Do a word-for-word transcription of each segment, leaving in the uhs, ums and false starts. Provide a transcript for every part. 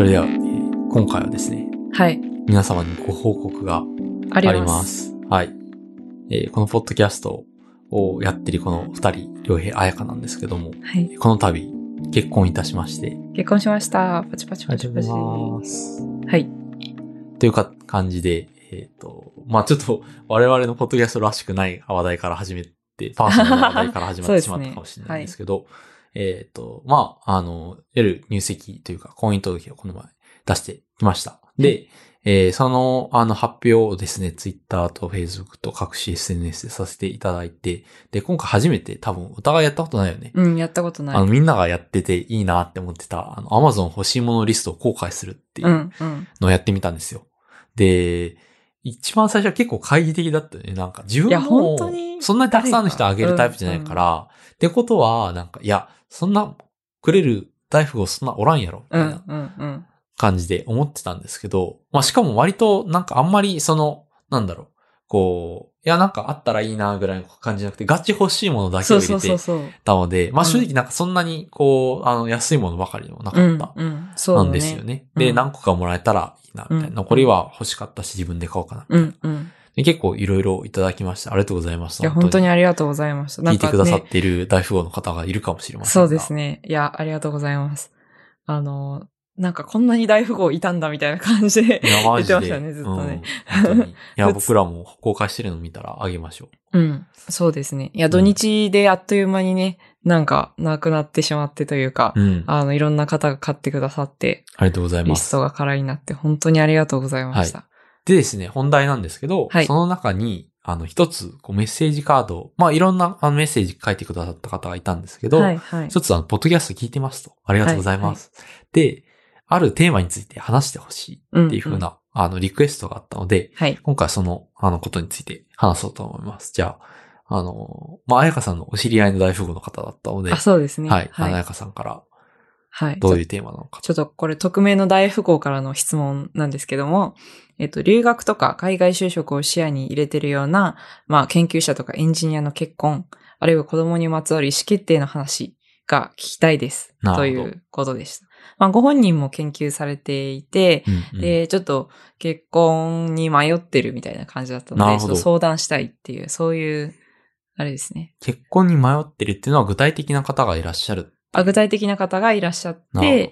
それでは、えー今回はですね、 はい。 皆様にご報告があありりま。 ますす。 はい。えーこのポッドキャストをやってるこの二人、良平彩香なんですけども、 はい。 この度、結婚いたしまして。 結婚しました。パチパチパチパチ。 す。 はい。 というか感じで、えっ、と、まあちょっと我々のポッドキャストらしくない話題から始めて、パーソナルな話題から始まってしまったかもしれないんですけど、えっ、と、まあ、あの、得る入籍というか婚姻届をこの前出してきました。で、 はいえーその、あの、発表をですね、ツイッターとフェイスブックと各種 エスエヌエス でさせていただいて、で、今回初めて多分お互いやったことないよね。 うん、やったことない。 あの、みんながやってていいなって思ってた、あの、Amazon 欲しいものリストを公開するっていううんうん。 のをやってみたんですよ。で、一番最初は結構懐疑的だったよね。なんか自いや分も本当にそんなにたくさんの人あげるタイプじゃないから、ってことは、なんか、いや、そんなくれる大富豪そんなおらんやろ、みたいなうんうんうん。 感じで思ってたんですけど、まあしかも割となんかあんまりその、なんだろう、こう、いやなんかあったらいいなぐらいの感じじゃなくて、ガチ欲しいものだけそうを入れてそうそうそう。 たので、まあうん正直なんかそんなにこう、あの安いものばかりでもなうかったんうん。そうだね。 なんですよね。で、 うん何個かもらえたらいいな、みたいな。 うん残りは欲しかったし自分で買おうかな、みうたいな。 んうん。 で結構いろいろいただきました。ありがとうございました。 いや、本当にありがとうございました。 聞いてくださっね、 ている大富豪の方がいるかもしれませんが。 そうですね。いや、ありがとうございます。あの、なんかこんなに大富豪いたんだみたいな感じでいや、マ言っジで。 てましたね、ずっとね。 うん、本当に。いや、僕らも公開してるの見たらあげましょう。うん。そうですね。いや、土日であっという間にね、なんか、なくなってしまってというか、 う。うん。 あの、いろんな方が買ってくださって、 ありがとうございます。 リストが空になって、本当にありがとうございました。 はい、でですね、本題なんですけど、 はい、 その中に、あの、一つ、こう、メッセージカード、まあ、いろんなあのメッセージ書いてくださった方がいたんですけど、 はい、はい。 一つ、あの、ポッドキャスト聞いてますと。ありがとうございます。はいはい、で、あるテーマについて話してほしいっていう風な、うんうん、あの、リクエストがあったので、 はい、 今回その、あの、ことについて話そうと思います。じゃあ、あの、まあ、あやかさんのお知り合いの大富豪の方だったので、 あ、そうですね。 はい。はい、あやかさんから、 はい。 どういうテーマなのか。 ちょっとこれ匿名の大富豪からの質問なんですけども、えっと、留学とか海外就職を視野に入れてるような、まあ、研究者とかエンジニアの結婚、あるいは子供にまつわる意思決定の話が聞きたいです。ということでした。まあ、ご本人も研究されていて、うんうん、で、ちょっと結婚に迷ってるみたいな感じだったので、ちょっと相談したいっていう、そういう、あれですね。 結婚に迷ってるっていうのは具体的な方がいらっしゃるあ、具体的な方がいらっしゃって、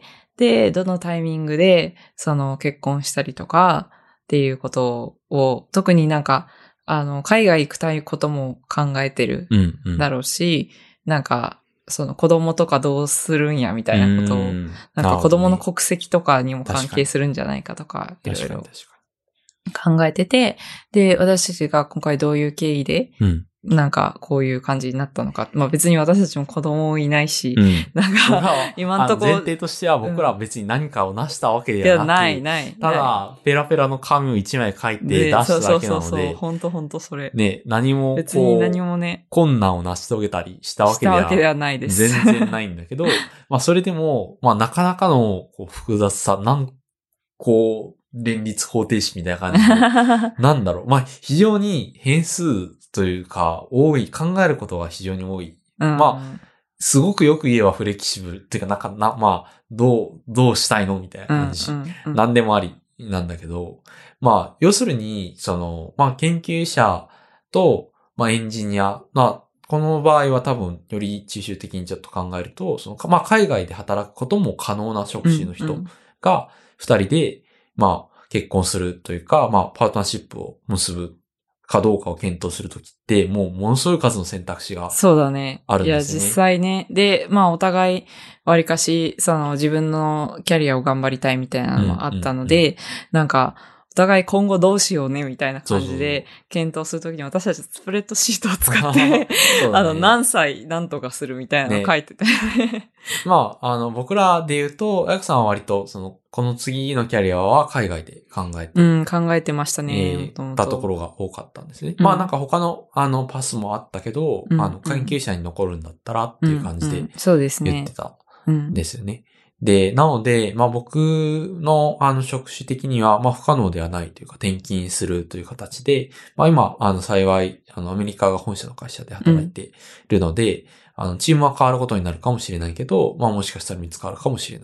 で、どのタイミングで、その結婚したりとかっていうことを、特になんか、あの、海外行くたいことも考えてるだろうし、うんうん、なんか、その子供とかどうするんやみたいなことを、んなんか子供の国籍とかにも関係するんじゃないかとか、いろいろ考えてて、で、私たちが今回どういう経緯で、うんなんか、こういう感じになったのか。まあ別に私たちも子供いないし、うん、なんか、今んとこ前提としては僕らは別に何かを成したわけではなく、 ないない。 ただ、ペラペラの紙を一枚書いて出しただけなので、そうそうそう、 ほんとほんとそれ。 ね、何もこう、 別に何もね、 困難を成し遂げたりしたわけでは、 したわけではないです。 全然ないんだけど、まあそれでも、まあなかなかのこう複雑さ、なんこう、連立方程式みたいな感じで、なんだろう。まあ、非常に変数というか、多い、考えることが非常に多い。うん、まあ、すごくよく言えばフレキシブルっていうか、なんか、な、まあ、どう、どうしたいのみたいな感じ。うんうんうん、何でもありなんだけど、まあ、要するに、その、まあ、研究者と、まあ、エンジニア、まあ、この場合は多分、より抽象的にちょっと考えると、その、まあ、海外で働くことも可能な職種の人が、二人で、うんうんまあ、結婚するというか、まあ、パートナーシップを結ぶかどうかを検討するときって、もうものすごい数の選択肢があるんですよね。そうだね。いや、 実際ね。で、まあ、お互い、わりかし、その、自分のキャリアを頑張りたいみたいなのもあったので、うんうんうん、なんか、お互い今後どうしようね、みたいな感じで、検討するときに私たちスプレッドシートを使って、ね、あの、何歳何とかするみたいなのを書いてて、ね。 まあ、あの、僕らで言うと、あやくさんは割と、その、この次のキャリアは海外で考えて、 うん、考えてましたね。 えー、たところが多かったんですね。うん、まあなんか他の、あの、パスもあったけど、うん、あの、研究者に残るんだったらっていう感じで、 そうですね。 言ってたんですよね。で、なので、まあ僕のあの職種的には、まあ不可能ではないというか転勤するという形で、まあ今、あの幸い、あのアメリカが本社の会社で働いているので、うん、あのチームは変わることになるかもしれないけど、まあもしかしたら見つかるかもしれないみたい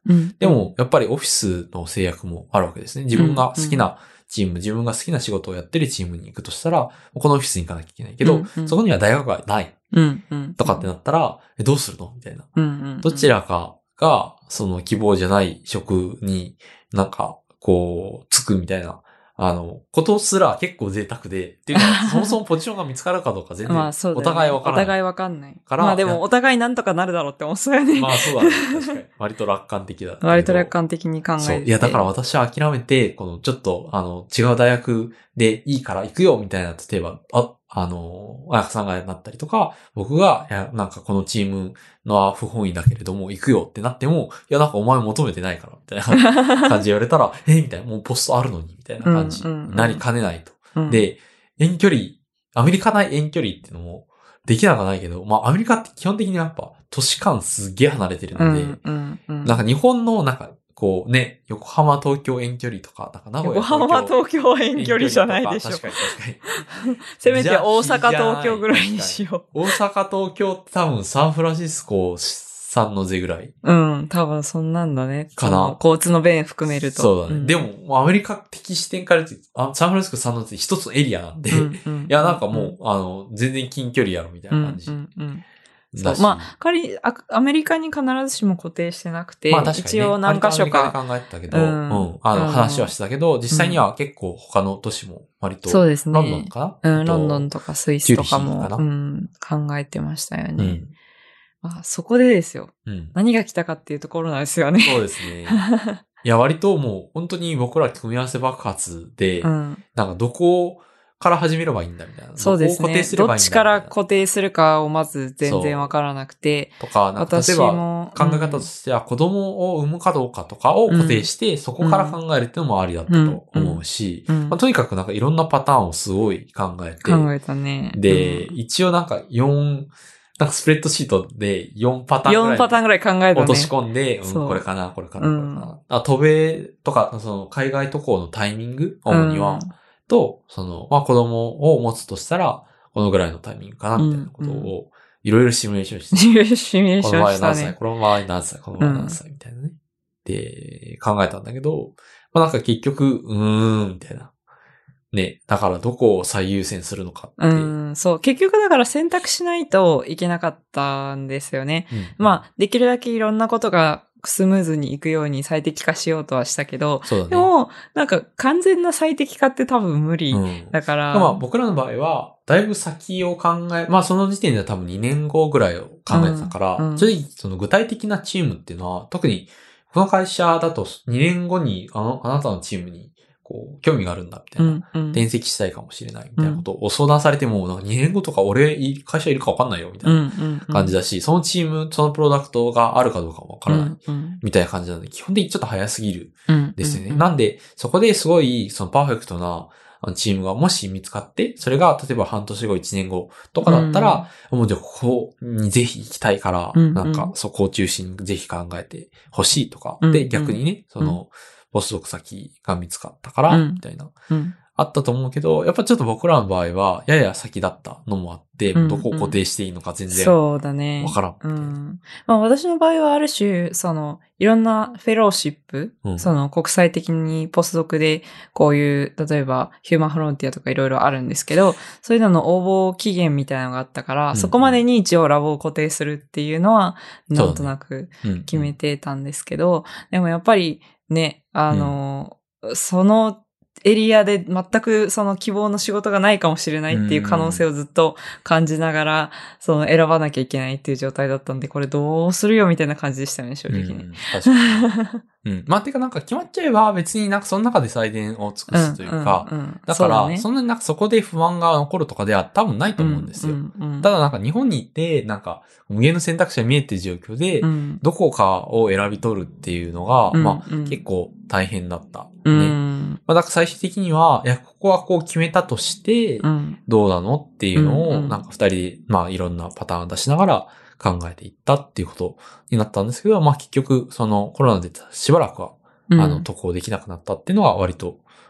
うんでも、やっぱりオフィスの制約もあるわけですね。自分が好きなチーム、自分が好きな仕事をやってるチームに行くとしたら、このオフィスに行かなきゃいけないけど、 うんうんそこには大学がないうんうんとかってなったら、えどうするのみたいな。 うんうんどちらかが、その希望じゃない職になんか、こう、つくみたいな、あの、ことすら結構贅沢で、っていうか、そもそもポジションが見つかるかどうか全然、 まあそうだよね、 お互いわからない。 お互いわかんない。 からまあでもお互いなんとかなるだろうって思そうよね。 まあそうだね。確かに。割と楽観的だったけど。 割と楽観的に考えて。 そう。いや、だから私は諦めて、このちょっと、あの、違う大学でいいから行くよ、みたいな、例えば、あ、あの、あやかさんがなったりとか、僕が、いや、なんかこのチームの不本意だけれども、行くよってなっても、いや、なんかお前求めてないから、みたいな感じで言われたら、えみたいな、もうポストあるのに、みたいな感じになりかねないと。 うんうん、 で、遠距離、アメリカ内遠距離っていうのも、できなくはないけど、まあアメリカって基本的にやっぱ都市間すっげえ離れてるので、 うんうんうん、 なんか日本のなんかこうね、横浜東京遠距離とか、なんか名古屋横浜東京は遠距離じゃないでしょ。 確かに確かに。 せめて大阪東京ぐらいにしよう。大阪東京って多分サンフランシスコさんのぜぐらい。 うん、多分そんなんだね。 かな。 交通の便含めると。 そうだね。 うん、 でも、アメリカ的視点から言って、あサンフランシスコさんのぜ一つのエリアなんで、うんうん、いやなんかもう、うん、あの、全然近距離やろみたいな感じ。うんうんうんそう。まあ、仮、アメリカに必ずしも固定してなくて、まあ確かに、ね、一応何箇所か。 アメリカで考えてたけど、うん、うん、あの、話はしてたけど、実際には結構他の都市も割と、 そうですね。 ロンドンかなうん、ロンドンとかスイスとかも、うん、考えてましたよね。うんまあ、そこでですよ、うん。何が来たかっていうところなんですよね。 そうですね。いや、割ともう、本当に僕ら組み合わせ爆発で、うん、なんかどこから始めればいいんだみたいな。 そうですね。どこを固定すればいいんだ。どっちから固定するかをまず全然わからなくて。 とか、なんか例えば考え方としては子供を産むかどうかとかを固定して、うん、そこから考えるっていうのもありだったと思うし、うんうんまあ、とにかくなんかいろんなパターンをすごい考えて。 考えたね。 で、うん、一応なんかよん、なんかスプレッドシートでよんパターンぐらい。 よんパターンぐらい考えたね。 落とし込んで、うん、これかな、これかな、これかな。あ、渡米とか、その海外渡航のタイミング、主には、うん、と、その、まあ子供を持つとしたら、このぐらいのタイミングかな、みたいなことを、いろいろシミュレーションして。 シミュレーションしたね。 この場合何歳、この場合何歳、この場合何歳、みたいなね。で、考えたんだけど、まあなんか結局、うーん、みたいな。ね。だからどこを最優先するのかって。 うん、そう。結局だから選択しないといけなかったんですよね。うん、まあ、できるだけいろんなことがスムーズにいくように最適化しようとはしたけど、 そうだね、 でも、なんか完全な最適化って多分無理。うん、だから。 まあ僕らの場合は、だいぶ先を考え、まあその時点では多分にねんごぐらいを考えてたから、うんうん、正直その具体的なチームっていうのは、特にこの会社だとにねんごにあの、あなたのチームにこう、興味があるんだ、みたいな、うんうん。転籍したいかもしれない、みたいなことを相談されても、なんかにねんごとか俺、会社いるか分かんないよ、みたいな感じだし、うんうんうん、そのチーム、そのプロダクトがあるかどうかも分からない、うんうん、みたいな感じなので、基本的にちょっと早すぎるですよね。うんうんうん、なんで、そこですごい、そのパーフェクトなチームがもし見つかって、それが例えば半年後、いちねんごとかだったら、うん、もうじゃあここにぜひ行きたいから、うんうん、なんかそこを中心にぜひ考えてほしいとか、うんうん、で、逆にね、その、うんポスドク先が見つかったから、うん、みたいな、うん。あったと思うけど、やっぱちょっと僕らの場合は、やや先だったのもあって、うんうん、どこを固定していいのか全然。 そうだね。 わからん。 うん。まあ私の場合はある種、その、いろんなフェローシップ、うん、その国際的にポスドクでこういう、例えばヒューマンフロンティアとかいろいろあるんですけど、そういうのの応募期限みたいなのがあったから、うんうん、そこまでに一応ラボを固定するっていうのは、なんとなく決めてたんですけど、ねうんうん、でもやっぱり、ね、あの、うん、そのエリアで全くその希望の仕事がないかもしれないっていう可能性をずっと感じながら、その選ばなきゃいけないっていう状態だったんで、これどうするよみたいな感じでしたよね、正直に。うん、確かに。うん。まあ、てかなんか決まっちゃえば別になんかその中で最善を尽くすというか、うんうんうん、だから、そんなになんかそこで不安が残るとかでは多分ないと思うんですよ。うんうんうん、ただなんか日本に行って、なんか無限の選択肢が見えてる状況で、うん、どこかを選び取るっていうのが、うんうん、まあ結構大変だった。ね。うんまあ、だから最終的には、いや、ここはこう決めたとして、どうなのっていうのを、なんか二人で、まあいろんなパターンを出しながら、考えていったっていうことになったんですけど、まあ結局、そのコロナでしばらくは、うん、あの、渡航できなくなったっていうのは割と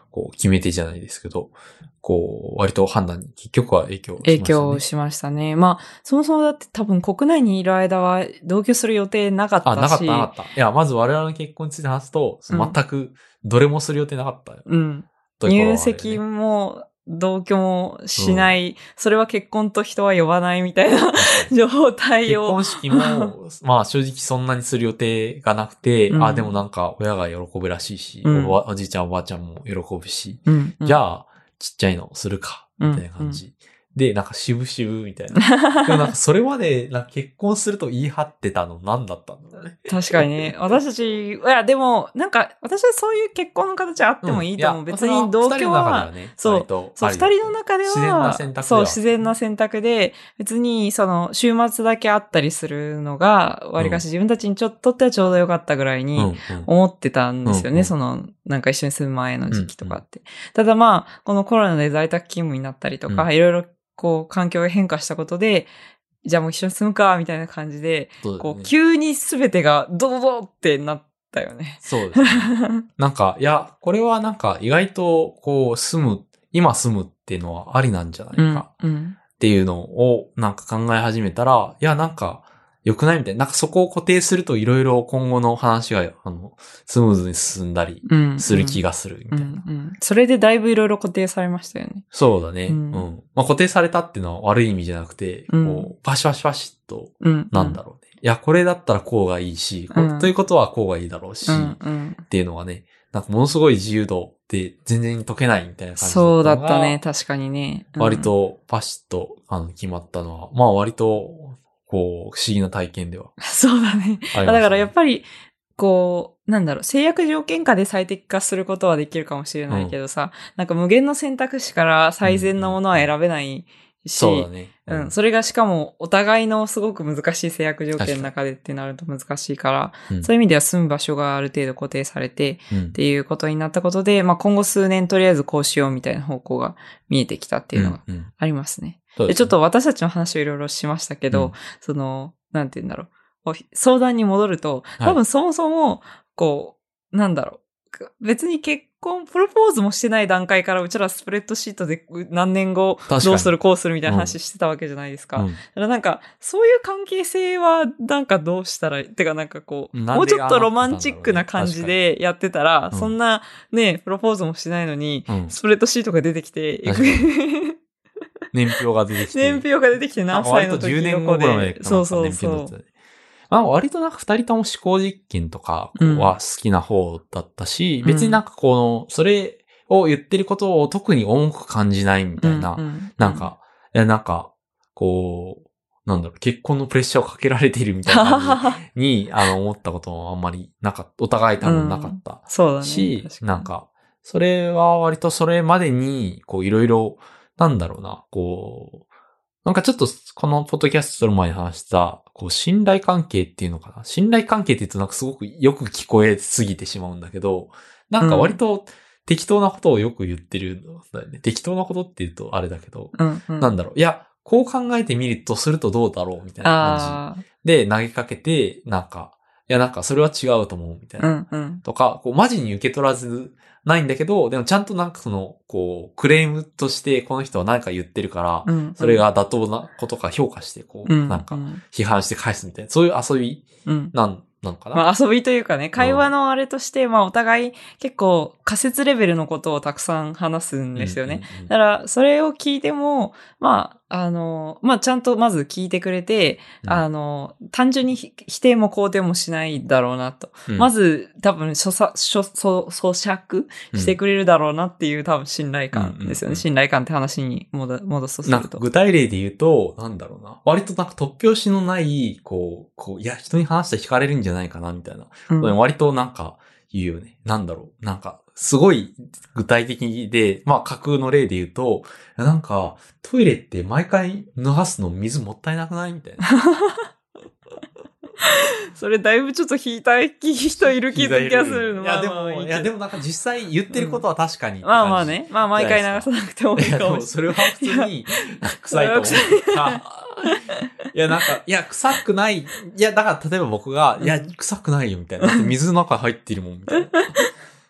こう、決め手じゃないですけど、こう、割と判断に結局は影響しましたね。 影響しましたね。まあ、そもそもだって多分国内にいる間は同居する予定なかったし。 あ、なかったなかった。いや、まず我々の結婚について話すと、うん、全くどれもする予定なかったよ。 うん。入籍も同居もしない、うん、それは結婚と人は呼ばないみたいな状態を。 結婚式も、まあ正直そんなにする予定がなくて、うん、あ、でもなんか親が喜ぶらしいし、うん、お, おじいちゃんおばあちゃんも喜ぶし、うんうん、じゃあちっちゃいのするか、みたいな感じ。うんうん、で、なんか渋々みたいな。でもなんかそれまでなんか結婚すると言い張ってたの何だったんだろうね。 確かにね。私たち、いやでも、なんか私はそういう結婚の形あってもいいと思う。うん、別に同居は、 ね、 そう、そう、二人の中では、 自然な選択そう、自然な選択で、別にその週末だけあったりするのが、わりかし自分たちにちょっとってはちょうどよかったぐらいに思ってたんですよね。うんうん、その、なんか一緒に住む前の時期とかって。うんうん、ただまあ、このコロナで在宅勤務になったりとか、うん、いろいろこう、環境が変化したことで、じゃあもう一緒に住むか、みたいな感じで、ね、こう、急に全てがドドドってなったよね。 そうですね。なんか、いや、これはなんか意外と、こう、住む、今住むっていうのはありなんじゃないか、っていうのをなんか考え始めたら、いや、なんか、良くないみたいな。なんかそこを固定するといろいろ今後の話が、あの、スムーズに進んだりする気がするみたいな。うんうんうん、それでだいぶいろいろ固定されましたよね。 そうだね。うん。うん、まあ、固定されたっていうのは悪い意味じゃなくて、うん、こう、パシパシパシッと、なんだろうね。うん、いや、これだったらこうがいいし、うん、ということはこうがいいだろうし、うんうん、っていうのがね、なんかものすごい自由度で全然解けないみたいな感じだったのが。 そうだったね、確かにね。 うん、割とパシッとあの決まったのは、まあ割と、こう、不思議な体験では。 そうだね。だからやっぱり、こう、なんだろう、制約条件下で最適化することはできるかもしれないけどさ、うん、なんか無限の選択肢から最善のものは選べないし、 うんうん、そうだね、 うん。うん。それがしかもお互いのすごく難しい制約条件の中でってなると難しいから、うん、そういう意味では住む場所がある程度固定されて、うん、っていうことになったことで、まあ今後数年とりあえずこうしようみたいな方向が見えてきたっていうのがありますね。うんうん、でちょっと私たちの話をいろいろしましたけど、うん、その、なんて言うんだろう。相談に戻ると、多分そもそも、こう、なんだろう。別に結婚、プロポーズもしてない段階からうちらスプレッドシートで何年後どうするこうするみたいな話してたわけじゃないですか。うん、だからなんか、そういう関係性はなんかどうしたら、てかなんかこう、もうちょっとロマンチックな感じでやってたら、そんなね、プロポーズもしてないのに、うん、スプレッドシートが出てきて、 年表が出てきて。 年表が出てきて何歳の時割とじゅうねんごぐらいかな。そうそうそう。まあ割となんか二人とも思考実験とかは好きな方だったし、うん、別になんかこの、それを言ってることを特に重く感じないみたいな、うんうん、なんか、いやなんか、こう、なんだろう、結婚のプレッシャーをかけられているみたいな感じに、あの、思ったこともあんまりなかった。お互い多分なかった。うん、 そうだね。 し、なんか、それは割とそれまでに、こういろいろ、なんだろうな、こう、なんかちょっとこのポッドキャストの前に話した、こう信頼関係っていうのかな。信頼関係って言うとなんかすごくよく聞こえすぎてしまうんだけど、なんか割と適当なことをよく言ってるんだよね。うん、適当なことって言うとあれだけど、うんうん、なんだろう。いや、こう考えてみるとするとどうだろうみたいな感じで投げかけて、なんか、いやなんかそれは違うと思うみたいな。うんうん、とか、こうマジに受け取らず、ないんだけど、でもちゃんとなんかその、こう、クレームとしてこの人は何か言ってるから、うんうん、それが妥当なことか評価して、こう、うんうん、なんか、批判して返すみたいな、そういう遊びなん、うん、なのかな。 まあ遊びというかね、会話のあれとして、うん、まあお互い結構仮説レベルのことをたくさん話すんですよね。うんうんうん、だから、それを聞いても、まあ、あの、まあちゃんとまず聞いてくれて、うん、あの、単純に否定も肯定もしないだろうなと。うん、まず、多分、咀嚼、咀嚼してくれるだろうなっていう多分信頼感ですよね。うんうんうん、信頼感って話に戻すとすると。 なんか具体例で言うと、なんだろうな。割となんか突拍子のない、こう、こう、いや、人に話したら惹かれるんじゃないかな、みたいな。うん、割となんか言うよね。なんだろう。なんか、すごい具体的で、まあ架空の例で言うと、なんかトイレって毎回流すの水もったいなくないみたいな。 それだいぶちょっと引いた人いる気がするの。 いやでも、いやでもなんか実際言ってることは確かに、 うん。まあまあね。まあ毎回流さなくてもいいかもしれない。いやでもそれは普通に臭いと思ってた。いやなんか、いや臭くない。いやだから例えば僕が、いや臭くないよみたいな。だって水の中入ってるもんみたいな。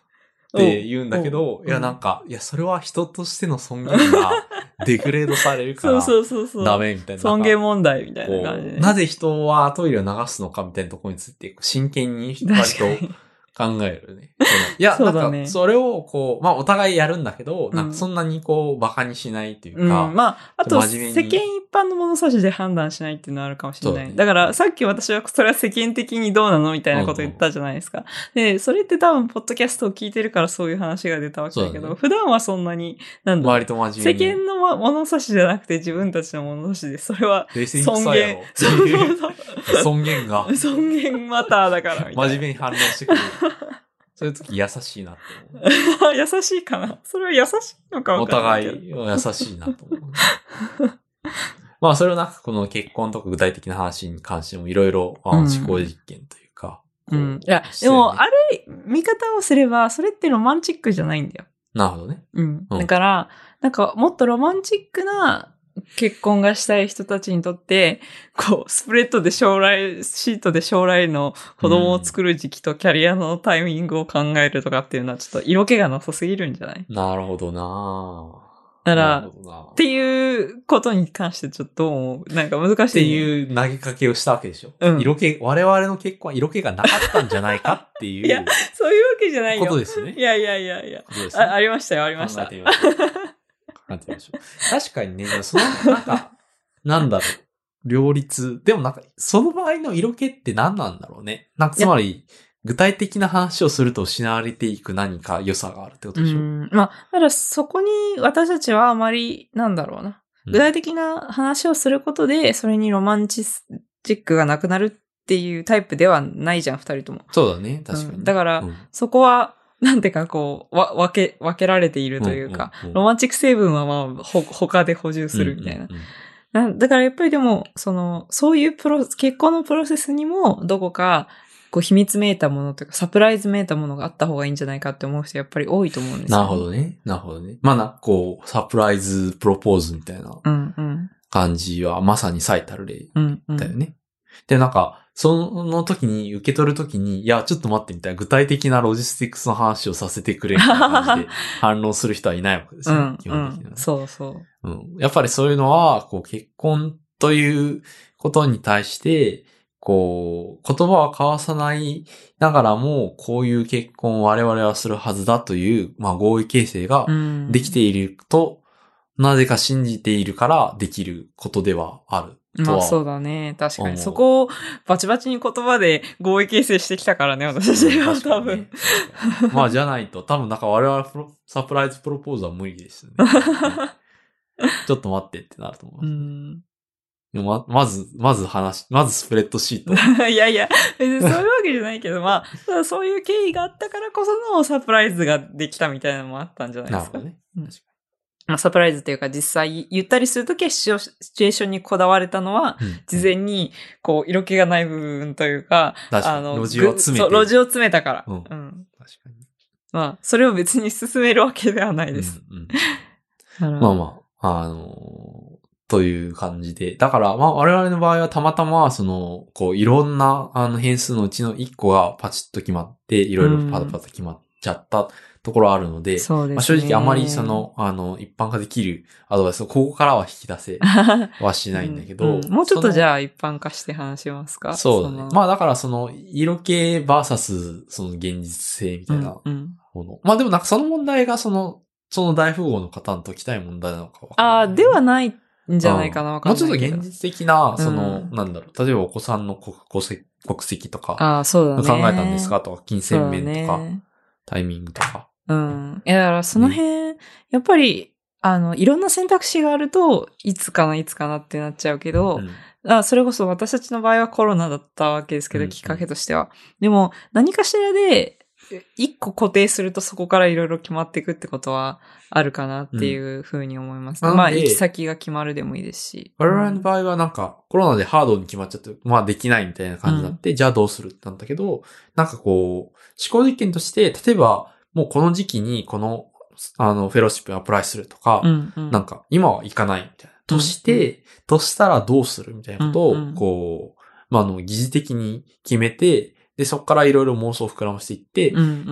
って言うんだけど、いやなんか、いやそれは人としての尊厳がデグレードされるから、 そうそうそうそう。 ダメみたいな。 尊厳問題みたいな感じで、ね。 なぜ人はトイレを流すのかみたいなところについて、真剣に割と考えるね。いや、 そうだね、 なんか、それをこう、まあお互いやるんだけど、うん、なんかそんなにこう、馬鹿にしないというか。 うん、まあ、あと、世間一般の物差しで判断しないっていうのはあるかもしれない。ね、だから、さっき私はそれは世間的にどうなのみたいなこと言ったじゃないですか。うんうん、で、それって多分、ポッドキャストを聞いてるからそういう話が出たわけだけど、ね、普段はそんなに、なんだろう。 割と真面目に。 世間の物差しじゃなくて自分たちの物差しで、それは尊厳。 そうそうそう尊厳が。 尊厳マターだからみたいな。 真面目に反論してくる。そういう時優しいなって思う。優しいかなそれは優しいのか分かんないけど。 お互い優しいなと思う。まあそれをなんかこの結婚とか具体的な話に関してもいろいろ思考実験というか。 うん。うん、いや、でもある見方をすれば、それってロマンチックじゃないんだよ。 なるほどね。 うん。だから、なんかもっとロマンチックな結婚がしたい人たちにとって、こう、スプレッドで将来、シートで将来の子供を作る時期とキャリアのタイミングを考えるとかっていうのはちょっと色気がなさすぎるんじゃない？ なるほどなだから、っていうことに関してちょっともう、なんか難しい、ね。 っていう投げかけをしたわけでしょ。うん。色気、我々の結婚は色気がなかったんじゃないかっていう。 いや、そういうわけじゃないよ。 ことですね。 いやいやいやいや。 ことですね、 あ。ありましたよ、ありました。 考えてみましょう。考えてみましょう。確かにね、その、なんか、なんだろう。両立。でもなんか、その場合の色気って何なんだろうね。なんかつまり、具体的な話をすると失われていく何か良さがあるってことでしょ。うん。 まあ、だからそこに私たちはあまり、なんだろうな。具体的な話をすることで、それにロマンチックがなくなるっていうタイプではないじゃん、二人とも。 そうだね、確かに。 うん、だから、うん、そこは、なんてかこう、わ、分け、分けられているというか、うんうんうん、ロマンチック成分はまあ、ほ、他で補充するみたいな。うんうんうん、だからやっぱりでも、その、そういうプロ、結婚のプロセスにも、どこか、こう秘密めいたものというか、サプライズめいたものがあった方がいいんじゃないかって思う人やっぱり多いと思うんですよ、ね。 なるほどね。なるほどね。まあな、こう、サプライズプロポーズみたいな感じは、まさに最たる例だよね。うんうん、で、なんか、その時に、受け取る時に、いや、ちょっと待ってみたいな、具体的なロジスティクスの話をさせてくれみたいな感じで反論する人はいないわけですよ、ねうん、基本的には、ね、 うん。そうそう。 うん。やっぱりそういうのは、こう、結婚ということに対して、こう、言葉は交わさないながらも、こういう結婚を我々はするはずだという、まあ合意形成ができていると、うん、なぜか信じているからできることではある。 まあそうだね。確かに。そこをバチバチに言葉で合意形成してきたからね、私たちは多分。ね、 まあじゃないと、多分なんか我々サプライズプロポーズは無理ですね。ちょっと待ってってなると思います、ね。うんま、まず、まず話、まずスプレッドシート。 いやいや、別にそういうわけじゃないけど、まあ、そういう経緯があったからこそのサプライズができたみたいなのもあったんじゃないですか。なるほどね。確かに。まあ、サプライズっていうか実際言ったりするときはシチュエーションにこだわれたのは、うん、事前に、こう、色気がない部分というか、 確かにあの、路地を詰めて。 そう、路地を詰めたから。 うん。うん、確かに。 まあ、それを別に進めるわけではないです。 うんうん、まあまあ、あのー、という感じで。だから、まあ我々の場合はたまたま、その、こう、いろんな、あの、変数のうちのいっこがパチッと決まって、いろいろパタパタ決まっちゃったところあるので、 そうですね。 まあ、正直あまりその、あの、一般化できるアドバイスをここからは引き出せはしないんだけど、 うんうん、もうちょっとじゃあ一般化して話しますか？ そうだね。まあだからその、色気バーサスその現実性みたいなもの。うんうん、まあでもなんかその問題がその、その大富豪の方の解きたい問題なのかわからない。 ああ、ではない。んじゃないかな、わかんないけど。 もうちょっと現実的な、その、うん、なんだろう、例えばお子さんの国籍、国籍とか、 ああ、そうだね。 考えたんですかとか、金銭面とか、ね、タイミングとか。 うん。いや、だからその辺、ね、やっぱり、あの、いろんな選択肢があると、いつかな、いつかなってなっちゃうけど、うん、あそれこそ私たちの場合はコロナだったわけですけど、うん、きっかけとしては。でも、何かしらで、一個固定するとそこからいろいろ決まっていくってことはあるかなっていうふうに思います、ねうん、まあ行き先が決まるでもいいですし。 我々の場合はなんかコロナでハードに決まっちゃって、まあできないみたいな感じになって、うん、じゃあどうするってなんだけど、なんかこう、思考実験として、例えばもうこの時期にこの、あの、フェローシップにアプライするとか、うんうん、なんか今は行かないみたいな。として、うんうん、としたらどうするみたいなことを、こう、まああの、疑似的に決めて、で、そこからいろいろ妄想を膨らましていって、うんうん、で、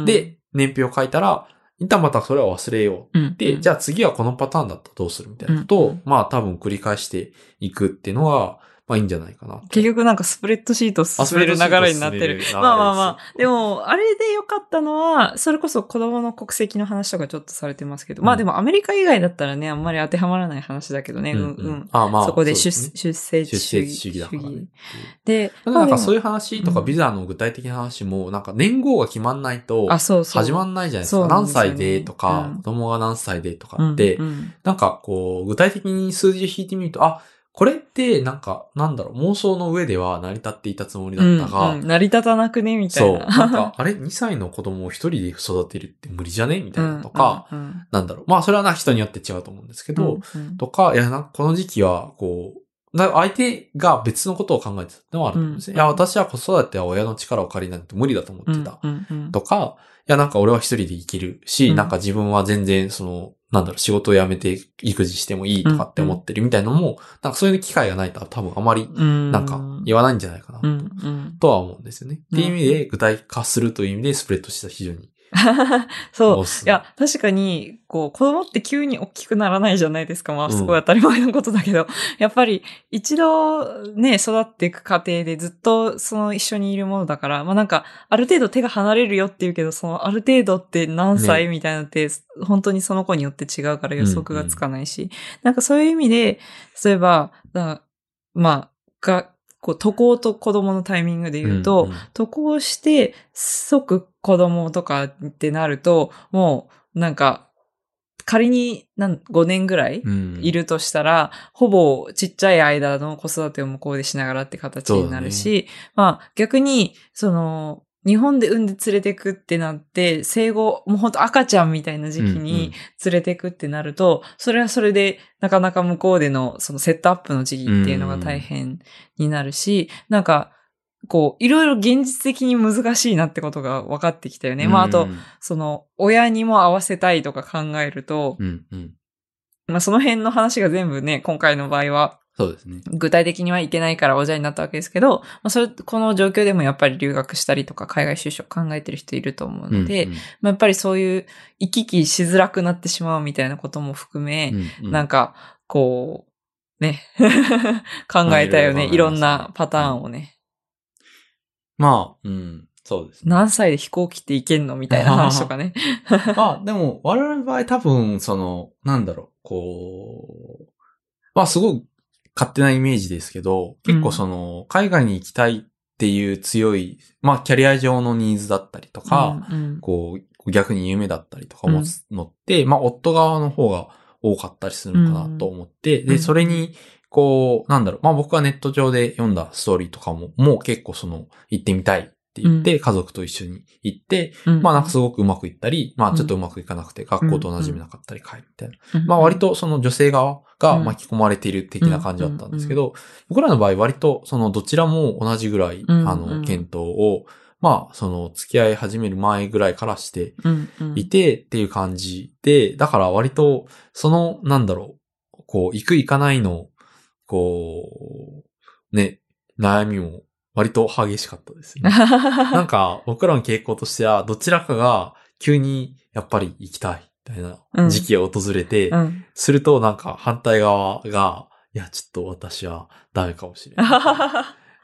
年表を書いたら、一旦またそれは忘れよう。 うん、 で、 うん、 じゃあ次はこのパターンだったらどうするみたいなことを、 うん、 まあ多分繰り返していくっていうのは、まあいいんじゃないかな。 結局なんかスプレッドシートを進める流れになってる。まあまあまあ。でも、あれで良かったのは、それこそ子供の国籍の話とかちょっとされてますけど、うん、まあでもアメリカ以外だったらね、あんまり当てはまらない話だけどね。うん、うん。うん、 あまあ、 そこで出、 ね、 出生地主義。 主義だからね。 で、 なんかそういう話とかビザの具体的な話も、なんか年号が決まんないと、始まんないじゃないですか。何歳でとか、子供が何歳でとかって、なんかこう、具体的に数字を引いてみると、あ、これってなんか、なんだろう、妄想の上では成り立っていたつもりだったが、 うんうん、成り立たなくねみたいな。 そう。なんか、あれ ?に 歳の子供を一人で育てるって無理じゃねみたいなとか、うんうんうん、なんだろう。まあ、それはな、人によって違うと思うんですけど、うんうん、とか、いや、なんかこの時期は、こう、相手が別のことを考えてたのはあると思うんですね。うんうん、いや、私は子育ては親の力を借りないと無理だと思ってた。うんうんうん、とか、いや、なんか俺は一人で生きるし、うん、なんか自分は全然、その、なんだろう、仕事を辞めて育児してもいいとかって思ってるみたいなのも、うんうん、なんかそういう機会がないと多分あまり、なんか言わないんじゃないかなと、うんうん、とは思うんですよね。っていう意味で、具体化するという意味で、スプレッドした非常に。 そう。いや、確かに、こう、子供って急に大きくならないじゃないですか。まあ、すごい当たり前のことだけど、うん、やっぱり、一度ね、育っていく過程でずっとその一緒にいるものだから、まあなんか、ある程度手が離れるよって言うけど、そのある程度って何歳、ね、みたいなのって、本当にその子によって違うから予測がつかないし、うんうん、なんかそういう意味で、例えば、だまあ、が、こう、渡航と子供のタイミングで言うと、うんうん、渡航して即子供とかってなると、もうなんか仮になんごねんぐらいいるとしたら、うん、ほぼちっちゃい間の子育てを向こうでしながらって形になるし、ね、まあ逆にその日本で産んで連れてくってなって、生後、もうほんと赤ちゃんみたいな時期に連れてくってなると、うんうん、それはそれでなかなか向こうでのそのセットアップの時期っていうのが大変になるし、うん、なんか、こう、いろいろ現実的に難しいなってことが分かってきたよね。うん、まああと、その、親にも合わせたいとか考えると、うんうん、まあその辺の話が全部ね、今回の場合は、 そうですね。 具体的にはいけないからおじゃになったわけですけど、まあ、それ、この状況でもやっぱり留学したりとか海外就職考えてる人いると思うので、うんうん、まあ、やっぱりそういう行き来しづらくなってしまうみたいなことも含め、うんうん、なんか、こう、ね、考えたよね、まあ、いろいろ考えますね。いろんなパターンをね。 うん、まあ、うん、そうですね。 何歳で飛行機って行けんのみたいな話とかね。 まあ、でも、我々の場合多分、その、なんだろう、こう、まあ、すごい、勝手なイメージですけど、結構その、海外に行きたいっていう強い、まあ、キャリア上のニーズだったりとか、うんうん、こう、逆に夢だったりとか持つのって、うん、まあ、夫側の方が多かったりするのかなと思って、うん、で、それに、こう、なんだろう、まあ、僕はネット上で読んだストーリーとかも、もう結構その、行ってみたいって言って、家族と一緒に行って、うん、まあなんかすごくうまくいったり、まあちょっとうまくいかなくて、学校と馴染めなかったり帰るみたいな。まあ割とその女性側が巻き込まれている的な感じだったんですけど、僕らの場合割とそのどちらも同じぐらい、あの、検討を、まあその付き合い始める前ぐらいからしていてっていう感じで、だから割とその、なんだろう、こう、行く行かないの、こう、ね、悩みも、割と激しかったですね。なんか、僕らの傾向としては、どちらかが急にやっぱり行きたい、みたいな時期が訪れて、うんうん、するとなんか反対側が、いや、ちょっと私はダメかもしれない。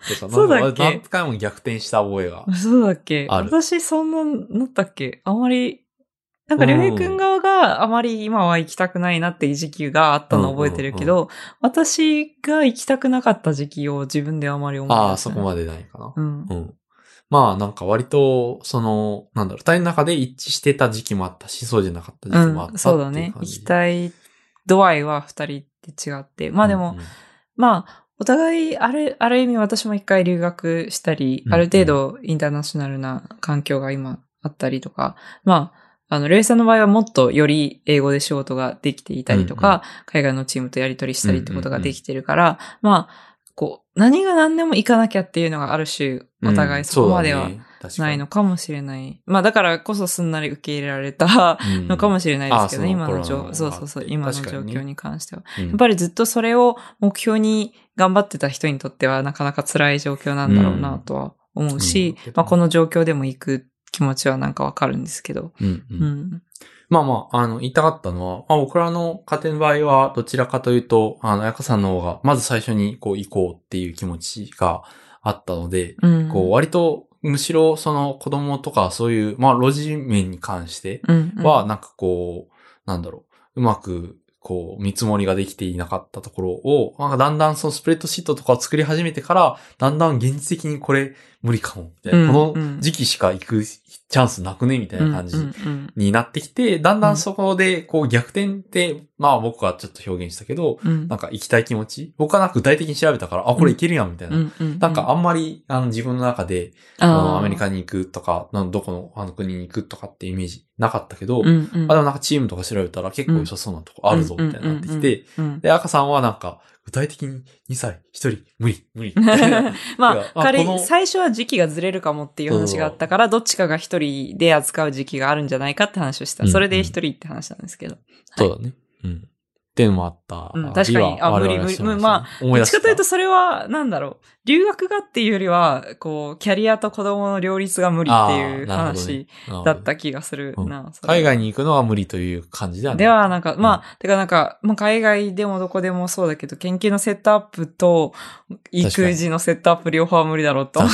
そうだっけ？ 何回も逆転した覚えがある。 そうだっけ？私そんな、なったっけ？あんまり、なんか、りょうへいくん側があまり今は行きたくないなっていう時期があったのを覚えてるけど、うんうんうん、私が行きたくなかった時期を自分であまり思い出せない。 ああ、そこまでないかな。うん。うん。まあなんか割と、その、なんだろう、二人の中で一致してた時期もあったし、そうじゃなかった時期もあったっていう感じ、うん、 そうだね。行きたい度合いは二人って違って。まあでも、うんうん、まあ、お互い、ある、ある意味私も一回留学したり、うんうん、ある程度インターナショナルな環境が今あったりとか、まあ、あの、レイさんの場合はもっとより英語で仕事ができていたりとか、うんうん、海外のチームとやり取りしたりってことができてるから、うんうんうん、まあ、こう、何が何でも行かなきゃっていうのがある種、お互いそこまではないのかもしれない。うんね、まあだからこそすんなり受け入れられたのかもしれないですけどね、うん、今の状、そうそうそう、今の状況に関しては、ね。やっぱりずっとそれを目標に頑張ってた人にとってはなかなか辛い状況なんだろうなとは思うし、うんうん、まあこの状況でも行く気持ちはなんかわかるんですけど。 うんうん。 うん。 まあまあ、あの、言いたかったのは、まあ僕らの家庭の場合は、どちらかというと、あの、やかさんの方が、まず最初にこう行こうっていう気持ちがあったので、 うん、 こう割と、むしろその子供とかそういう、まあロジ面に関しては、 うん、 なんかこう、なんだろう、うまく、こう、見積もりができていなかったところを、なんかだんだんそのスプレッドシートとかを作り始めてから、だんだん現実的にこれ無理かも、みたいな、 うん、 この時期しか行くチャンスなくねみたいな感じになってきて、だんだんそこでこう逆転って、まあ僕はちょっと表現したけど、 うん、 なんか行きたい気持ち僕はなんか具体的に調べたから、あ、これ行けるやんみたいな。 うんうん、 なんかあんまりあの自分の中で、あのアメリカに行くとか、どこのあの国に行くとかってイメージなかったけど、 うんうん、 あでもなんかチームとか調べたら結構良さそうなとこあるぞみたいになってきて、で、赤さんはなんか具体的ににさい、ひとり、無理、無理。 まあ、彼、最初は時期がずれるかもっていう話があったから、どっちかが一人で扱う時期があるんじゃないかって話をした。それで一人って話なんですけど。 そうだね。うん。っていうのもあった。 うん、確かに。あ、無理無理。まあ、どっちかというとそれは、なんだろう。留学がっていうよりは、こう、キャリアと子供の両立が無理っていう話だった気がするな。 うん、海外に行くのは無理という感じではない。 では、なんか、まあ、うん、てかなんか、まあ、海外でもどこでもそうだけど、研究のセットアップと、育児のセットアップ両方は無理だろうと。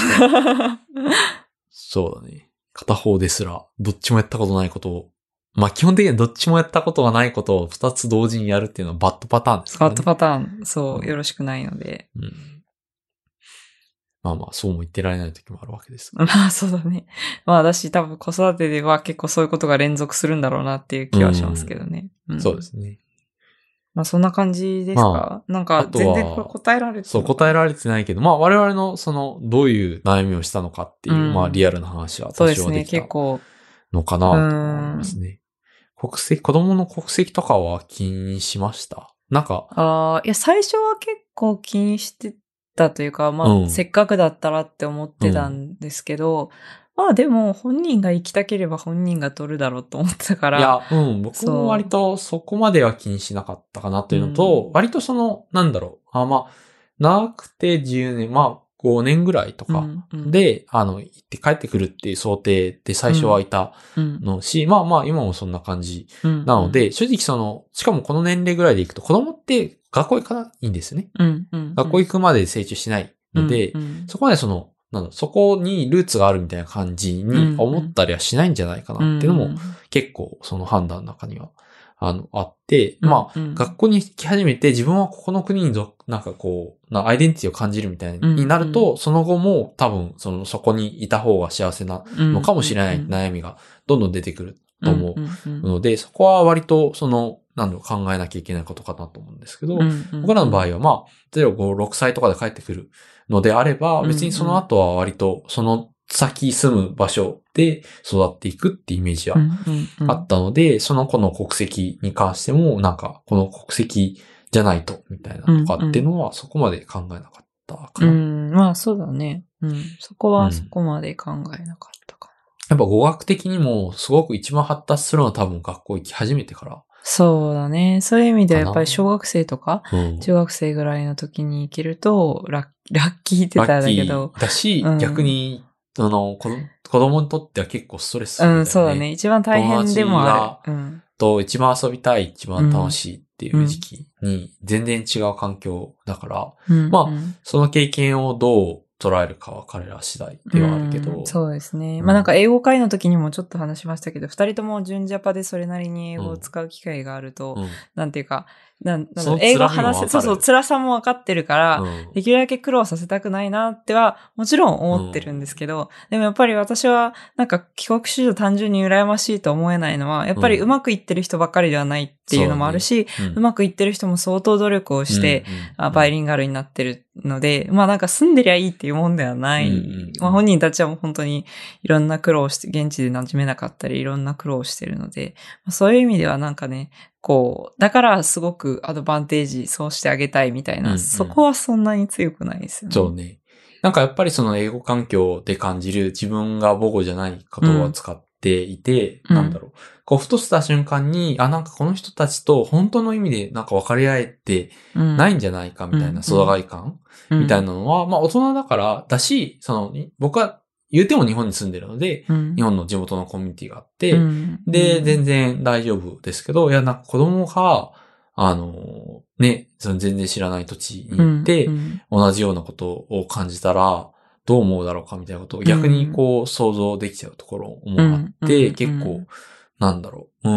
そうだね。片方ですら、どっちもやったことないことを、まあ基本的にはどっちもやったことがないことを二つ同時にやるっていうのはバッドパターンですからね。 バッドパターン。そう、うん、よろしくないので。 うん。まあまあ、そうも言ってられない時もあるわけです。 まあそうだね。まあ私多分子育てでは結構そういうことが連続するんだろうなっていう気はしますけどね。 うんうん、そうですね。 まあそんな感じですか、まあ、なんか全然これ答えられてない。 そう、答えられてないけど、まあ我々のその、どういう悩みをしたのかっていう、うん、まあリアルな話は多少できたのかなと思いますね。国籍、子供の国籍とかは気にしました？なんか。 ああ、いや、最初は結構気にしてたというか、まあ、うん、せっかくだったらって思ってたんですけど、うん、まあでも、本人が行きたければ本人が取るだろうと思ってたから。 いや、うん、僕も割とそこまでは気にしなかったかなというのと、うん、割とその、なんだろう、あまあ、長くてじゅうねん、まあ、ごねんぐらいとかで、うんうん、あの、行って帰ってくるっていう想定で最初はいたのし、うん、まあまあ今もそんな感じなので、うんうん、正直その、しかもこの年齢ぐらいで行くと子供って学校行かないんですね。 うんうんうん、 学校行くまで成長しないので、うんうん、そこまでその、なんだそこにルーツがあるみたいな感じに思ったりはしないんじゃないかなっていうのも結構その判断の中にはあの、あって、まあ、うんうん、学校に行き始めて自分はここの国にど、なんかこう、なアイデンティティを感じるみたいになると、うんうん、その後も多分、その、そこにいた方が幸せなのかもしれない悩みがどんどん出てくると思うので、そこは割と、その、なんだろう、考えなきゃいけないことかなと思うんですけど、うんうんうん、僕らの場合はまあ、例えばご、ろくさいとかで帰ってくるのであれば、別にその後は割と、その、先住む場所で育っていくってイメージはあったので、うんうんうん、その子の国籍に関しても、なんか、この国籍じゃないと、みたいなとかっていうのは、そこまで考えなかったかな。 うん、うん、まあそうだね。うん。そこはそこまで考えなかったかな。やっぱ語学的にも、すごく一番発達するのは多分学校行き始めてから。 そうだね。そういう意味ではやっぱり小学生とか、中学生ぐらいの時に行けると、ラッ、ラッキーって言ったらだけど。 だし、うん、逆に、その、子供にとっては結構ストレス、 ね。うん、そうだね。一番大変でもある。 うん。と、一番遊びたい、一番楽しいっていう時期に、全然違う環境だから、うん、まあ、うん、その経験をどう捉えるかは彼ら次第ではあるけど。 うん、そうですね。うん、まあなんか英語会の時にもちょっと話しましたけど、二人とも純ジャパでそれなりに英語を使う機会があると、うん、なんていうか、なんなんだ英語話せ、そうそう、辛さもわかってるから、うん、できるだけ苦労させたくないなっては、もちろん思ってるんですけど、うん、でもやっぱり私は、なんか帰国子女単純に羨ましいと思えないのは、やっぱりうまくいってる人ばっかりではないっていうのもあるし、うん、うまくいってる人も相当努力をして、うんうん、バイリンガルになってるので、まあなんか住んでりゃいいっていうもんではない。うんうん、まあ本人たちはもう本当にいろんな苦労して、現地で馴染めなかったり、いろんな苦労してるので、そういう意味ではなんかね、こう、だからすごくアドバンテージそうしてあげたいみたいな、うんうん、そこはそんなに強くないですよね。 そうね。なんかやっぱりその英語環境で感じる自分が母語じゃない言葉を使っていて、うん、なんだろう。こう、ふとした瞬間に、あ、なんかこの人たちと本当の意味でなんか分かり合えてないんじゃないかみたいな、疎外感みたいなのは、まあ大人だからだし、その、僕は言うても日本に住んでるので、 うん、 日本の地元のコミュニティがあって、 うん、 で、全然大丈夫ですけど、いや、なんか子供が、あの、ね、その全然知らない土地に行って、 うん、 同じようなことを感じたら、どう思うだろうかみたいなことを逆にこう想像できちゃうところもあって、 うん、 結構、なんだろう、うん。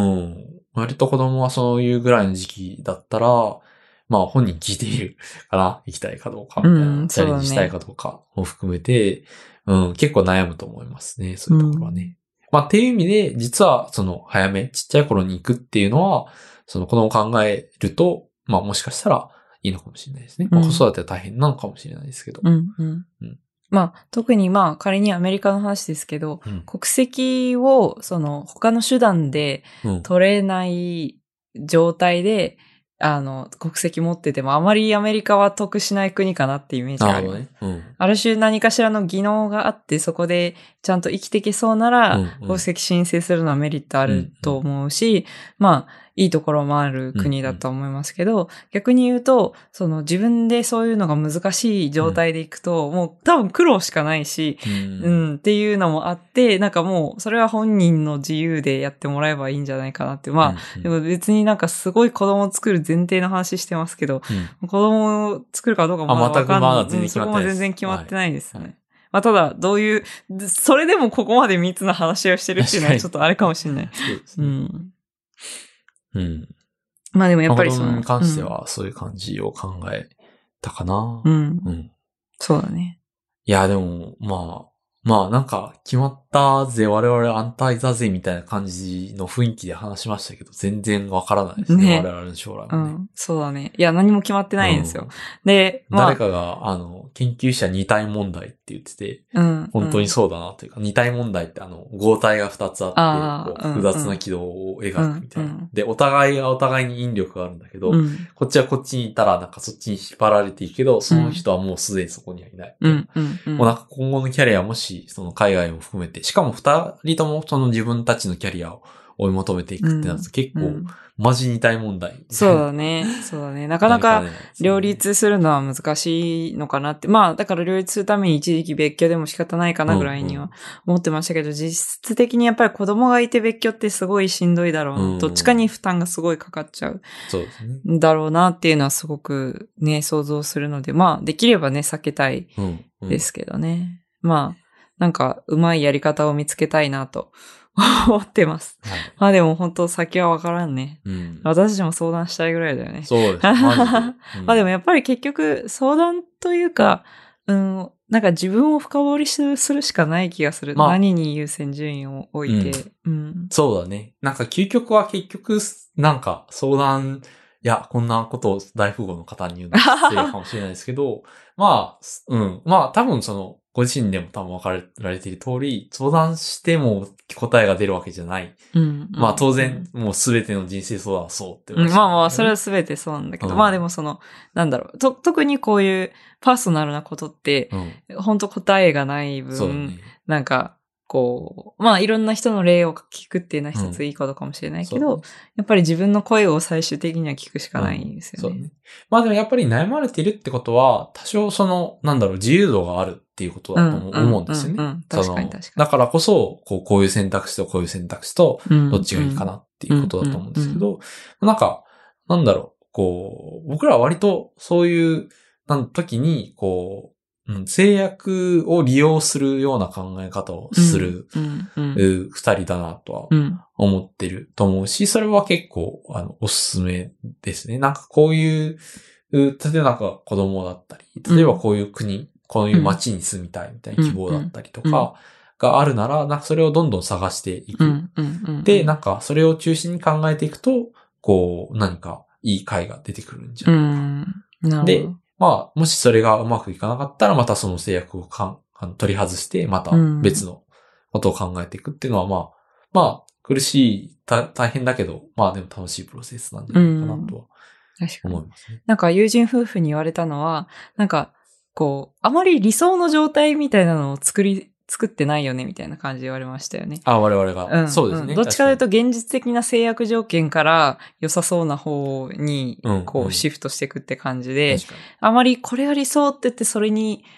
割と子供はそういうぐらいの時期だったら、まあ本人聞いているから、行きたいかどうかみたいな、 うん、 チャレンジしたいかどうかを含めて、うん、結構悩むと思いますね、そういうところはね。うん、まあっていう意味で、実はその早め、ちっちゃい頃に行くっていうのは、その子供を考えると、まあもしかしたらいいのかもしれないですね。まあ、子育ては大変なのかもしれないですけど。 うんうんうん、まあ特にまあ仮にアメリカの話ですけど、うん、国籍をその他の手段で取れない状態で、うん、あの国籍持っててもあまりアメリカは得しない国かなっていうイメージがあります。ね、うん、ある種何かしらの技能があってそこでちゃんと生きていけそうなら、うんうん、国籍申請するのはメリットあると思うし、うんうん、まあいいところもある国だと思いますけど、うんうん、逆に言うと、その自分でそういうのが難しい状態でいくと、うん、もう多分苦労しかないし、うん、うん、っていうのもあって、なんかもうそれは本人の自由でやってもらえばいいんじゃないかなって。まあ、うんうん、でも別になんかすごい子供を作る前提の話してますけど、うん、子供を作るかどうかもまだわかんない。うん、そこも全然決まってないですね。はいはい、まあ、ただ、どういう、それでもここまで密な話をしてるっていうのはちょっとあれかもしれない。そうですね。うんうん。 まあでもやっぱりその。 子供に関してはそういう感じを考えたかな。 うん。うん。そうだね。 いや、でも、まあ、まあなんか決まったぜ、我々安泰だぜみたいな感じの雰囲気で話しましたけど、全然わからないですね。ね、我々の将来もね、 うん。そうだね。いや、何も決まってないんですよ。うん、で、 まあ、誰かが、あの、研究者二体問題って言ってて、うん、本当にそうだなというか、うん、二体問題ってあの、合体が二つあって、こう複雑な軌道を描くみたいな、うんうん。で、お互いがお互いに引力があるんだけど、うん、こっちはこっちにいたら、なんかそっちに引っ張られていくけど、その人はもうすでにそこにはいない。うんうんうん、もうなんか今後のキャリアもし、その海外も含めて、しかも二人ともその自分たちのキャリアを追い求めていくってなると結構、うん、マジ二体問題。 そうだね。そうだね。なかなか両立するのは難しいのかなって。まあ、だから両立するために一時期別居でも仕方ないかなぐらいには思ってましたけど、うんうん、実質的にやっぱり子供がいて別居ってすごいしんどいだろうな。うん、どっちかに負担がすごいかかっちゃう。 そうですね。 だろうなっていうのはすごくね、想像するので、まあ、できればね、避けたいですけどね。うんうん、まあ、なんか、うまいやり方を見つけたいなと。思ってます。はい、まあでも本当先はわからんね、うん。私たちも相談したいぐらいだよね。 そうです。マジで。うん、 まあでもやっぱり結局相談というか、うん、なんか自分を深掘りするしかない気がする。まあ、何に優先順位を置いて、 うんうん。そうだね。なんか究極は結局、なんか相談、いや、こんなことを大富豪の方に言うのは失礼かもしれないですけど、まあ、うん。まあ多分その、ご自身でも多分分かられている通り、相談しても答えが出るわけじゃない。うん、まあ当然、もうすべての人生相談はそうって、 ね、うん。まあまあ、それはすべてそうなんだけど、うん、まあでもその、なんだろう、と、特にこういうパーソナルなことって、うん、本当答えがない分、ね、なんか、こう、まあいろんな人の例を聞くっていうのは一ついいことかもしれないけど、うんね、やっぱり自分の声を最終的には聞くしかないんですよね。うん、そうね。 まあでもやっぱり悩まれているってことは、多少その、なんだろう、自由度があるっていうことだと思うんですよね。うんうんうんうん、確かに確かに。だからこそ、こう、こういう選択肢とこういう選択肢と、どっちがいいかなっていうことだと思うんですけど、うんうんうん、なんか、なんだろう、こう、僕らは割とそういう、なん時に、こう、うん、制約を利用するような考え方をする、うんうんうん、二人だなとは思ってると思うし、それは結構、あの、おすすめですね。なんかこういう、例えばなんか子供だったり、例えばこういう国、うん、こういう街に住みたいみたいな希望だったりとかがあるなら、なんかそれをどんどん探していく。うんうんうん、で、なんかそれを中心に考えていくと、こう、何かいい回が出てくるんじゃないか。うん、なるほど。で、まあ、もしそれがうまくいかなかったら、またその制約をかん取り外して、また別のことを考えていくっていうのは、まあ、まあ、苦しい、た、大変だけど、まあでも楽しいプロセスなんじゃないかなとは思いますね。 なんか友人夫婦に言われたのは、なんか、こう、あまり理想の状態みたいなのを作り、作ってないよねみたいな感じで言われましたよね。 あ、我々が。うん、そうですね、 うん。どっちかというと現実的な制約条件から良さそうな方にこうシフトしていくって感じで、うんうん、あまりこれが理想って言ってそれに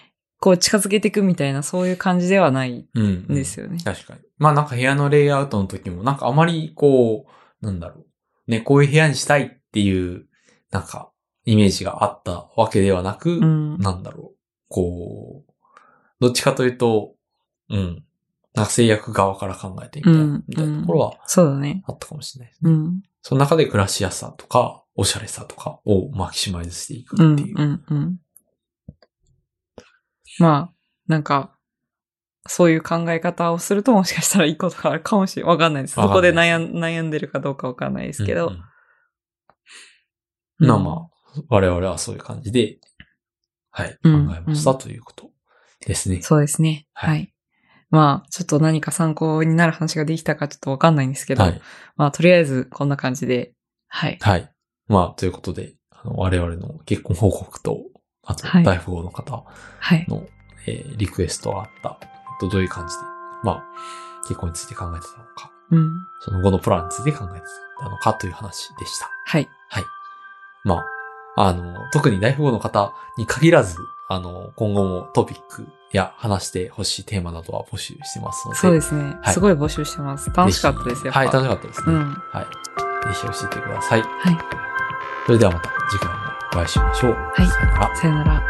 こう近づけていくみたいな、そういう感じではないうん、うん。 んですよね。 確かに。まあなんか部屋のレイアウトの時も、なんかあまりこう、なんだろう。ね、こういう部屋にしたいっていう、なんか、イメージがあったわけではなく、 うん、 なんだろう。こう、どっちかというと、うん。なんか制約側から考えてみたいな、 うんみたいなところは、 そうだね。 あったかもしれないですね。 うん。 その中で暮らしやすさとか、おしゃれさとかをマキシマイズしていくうん、 っていう。 うん、うん。まあ、なんか、そういう考え方をするともしかしたらいいことがあるかもしれない。わかんないです。そこで悩ん悩んでるかどうかわかんないですけど。 うんうん、まあまあ、我々はそういう感じで、はい、考えましたということですね。 そうですね。はい。はい、まあ、ちょっと何か参考になる話ができたかちょっとわかんないんですけど、はい、まあ、とりあえずこんな感じで、はい。 はい。まあ、ということで、あの我々の結婚報告と、あと、大富豪の方の、はいえー、リクエストがあった、とどういう感じで、まあ、結婚について考えてたのか、うん、その後のプランについて考えてたのかという話でした。はい。はい。まあ、あの、特に大富豪の方に限らず、あの、今後もトピックや話してほしいテーマなどは募集してますので。 そうですね。はい、すごい募集してます。楽しかったですよ。 はい、楽しかったですね。うん、はい。ぜひ教えてください。はい。それではまた次回もお会いしましょう。はい。さよなら。 さよなら。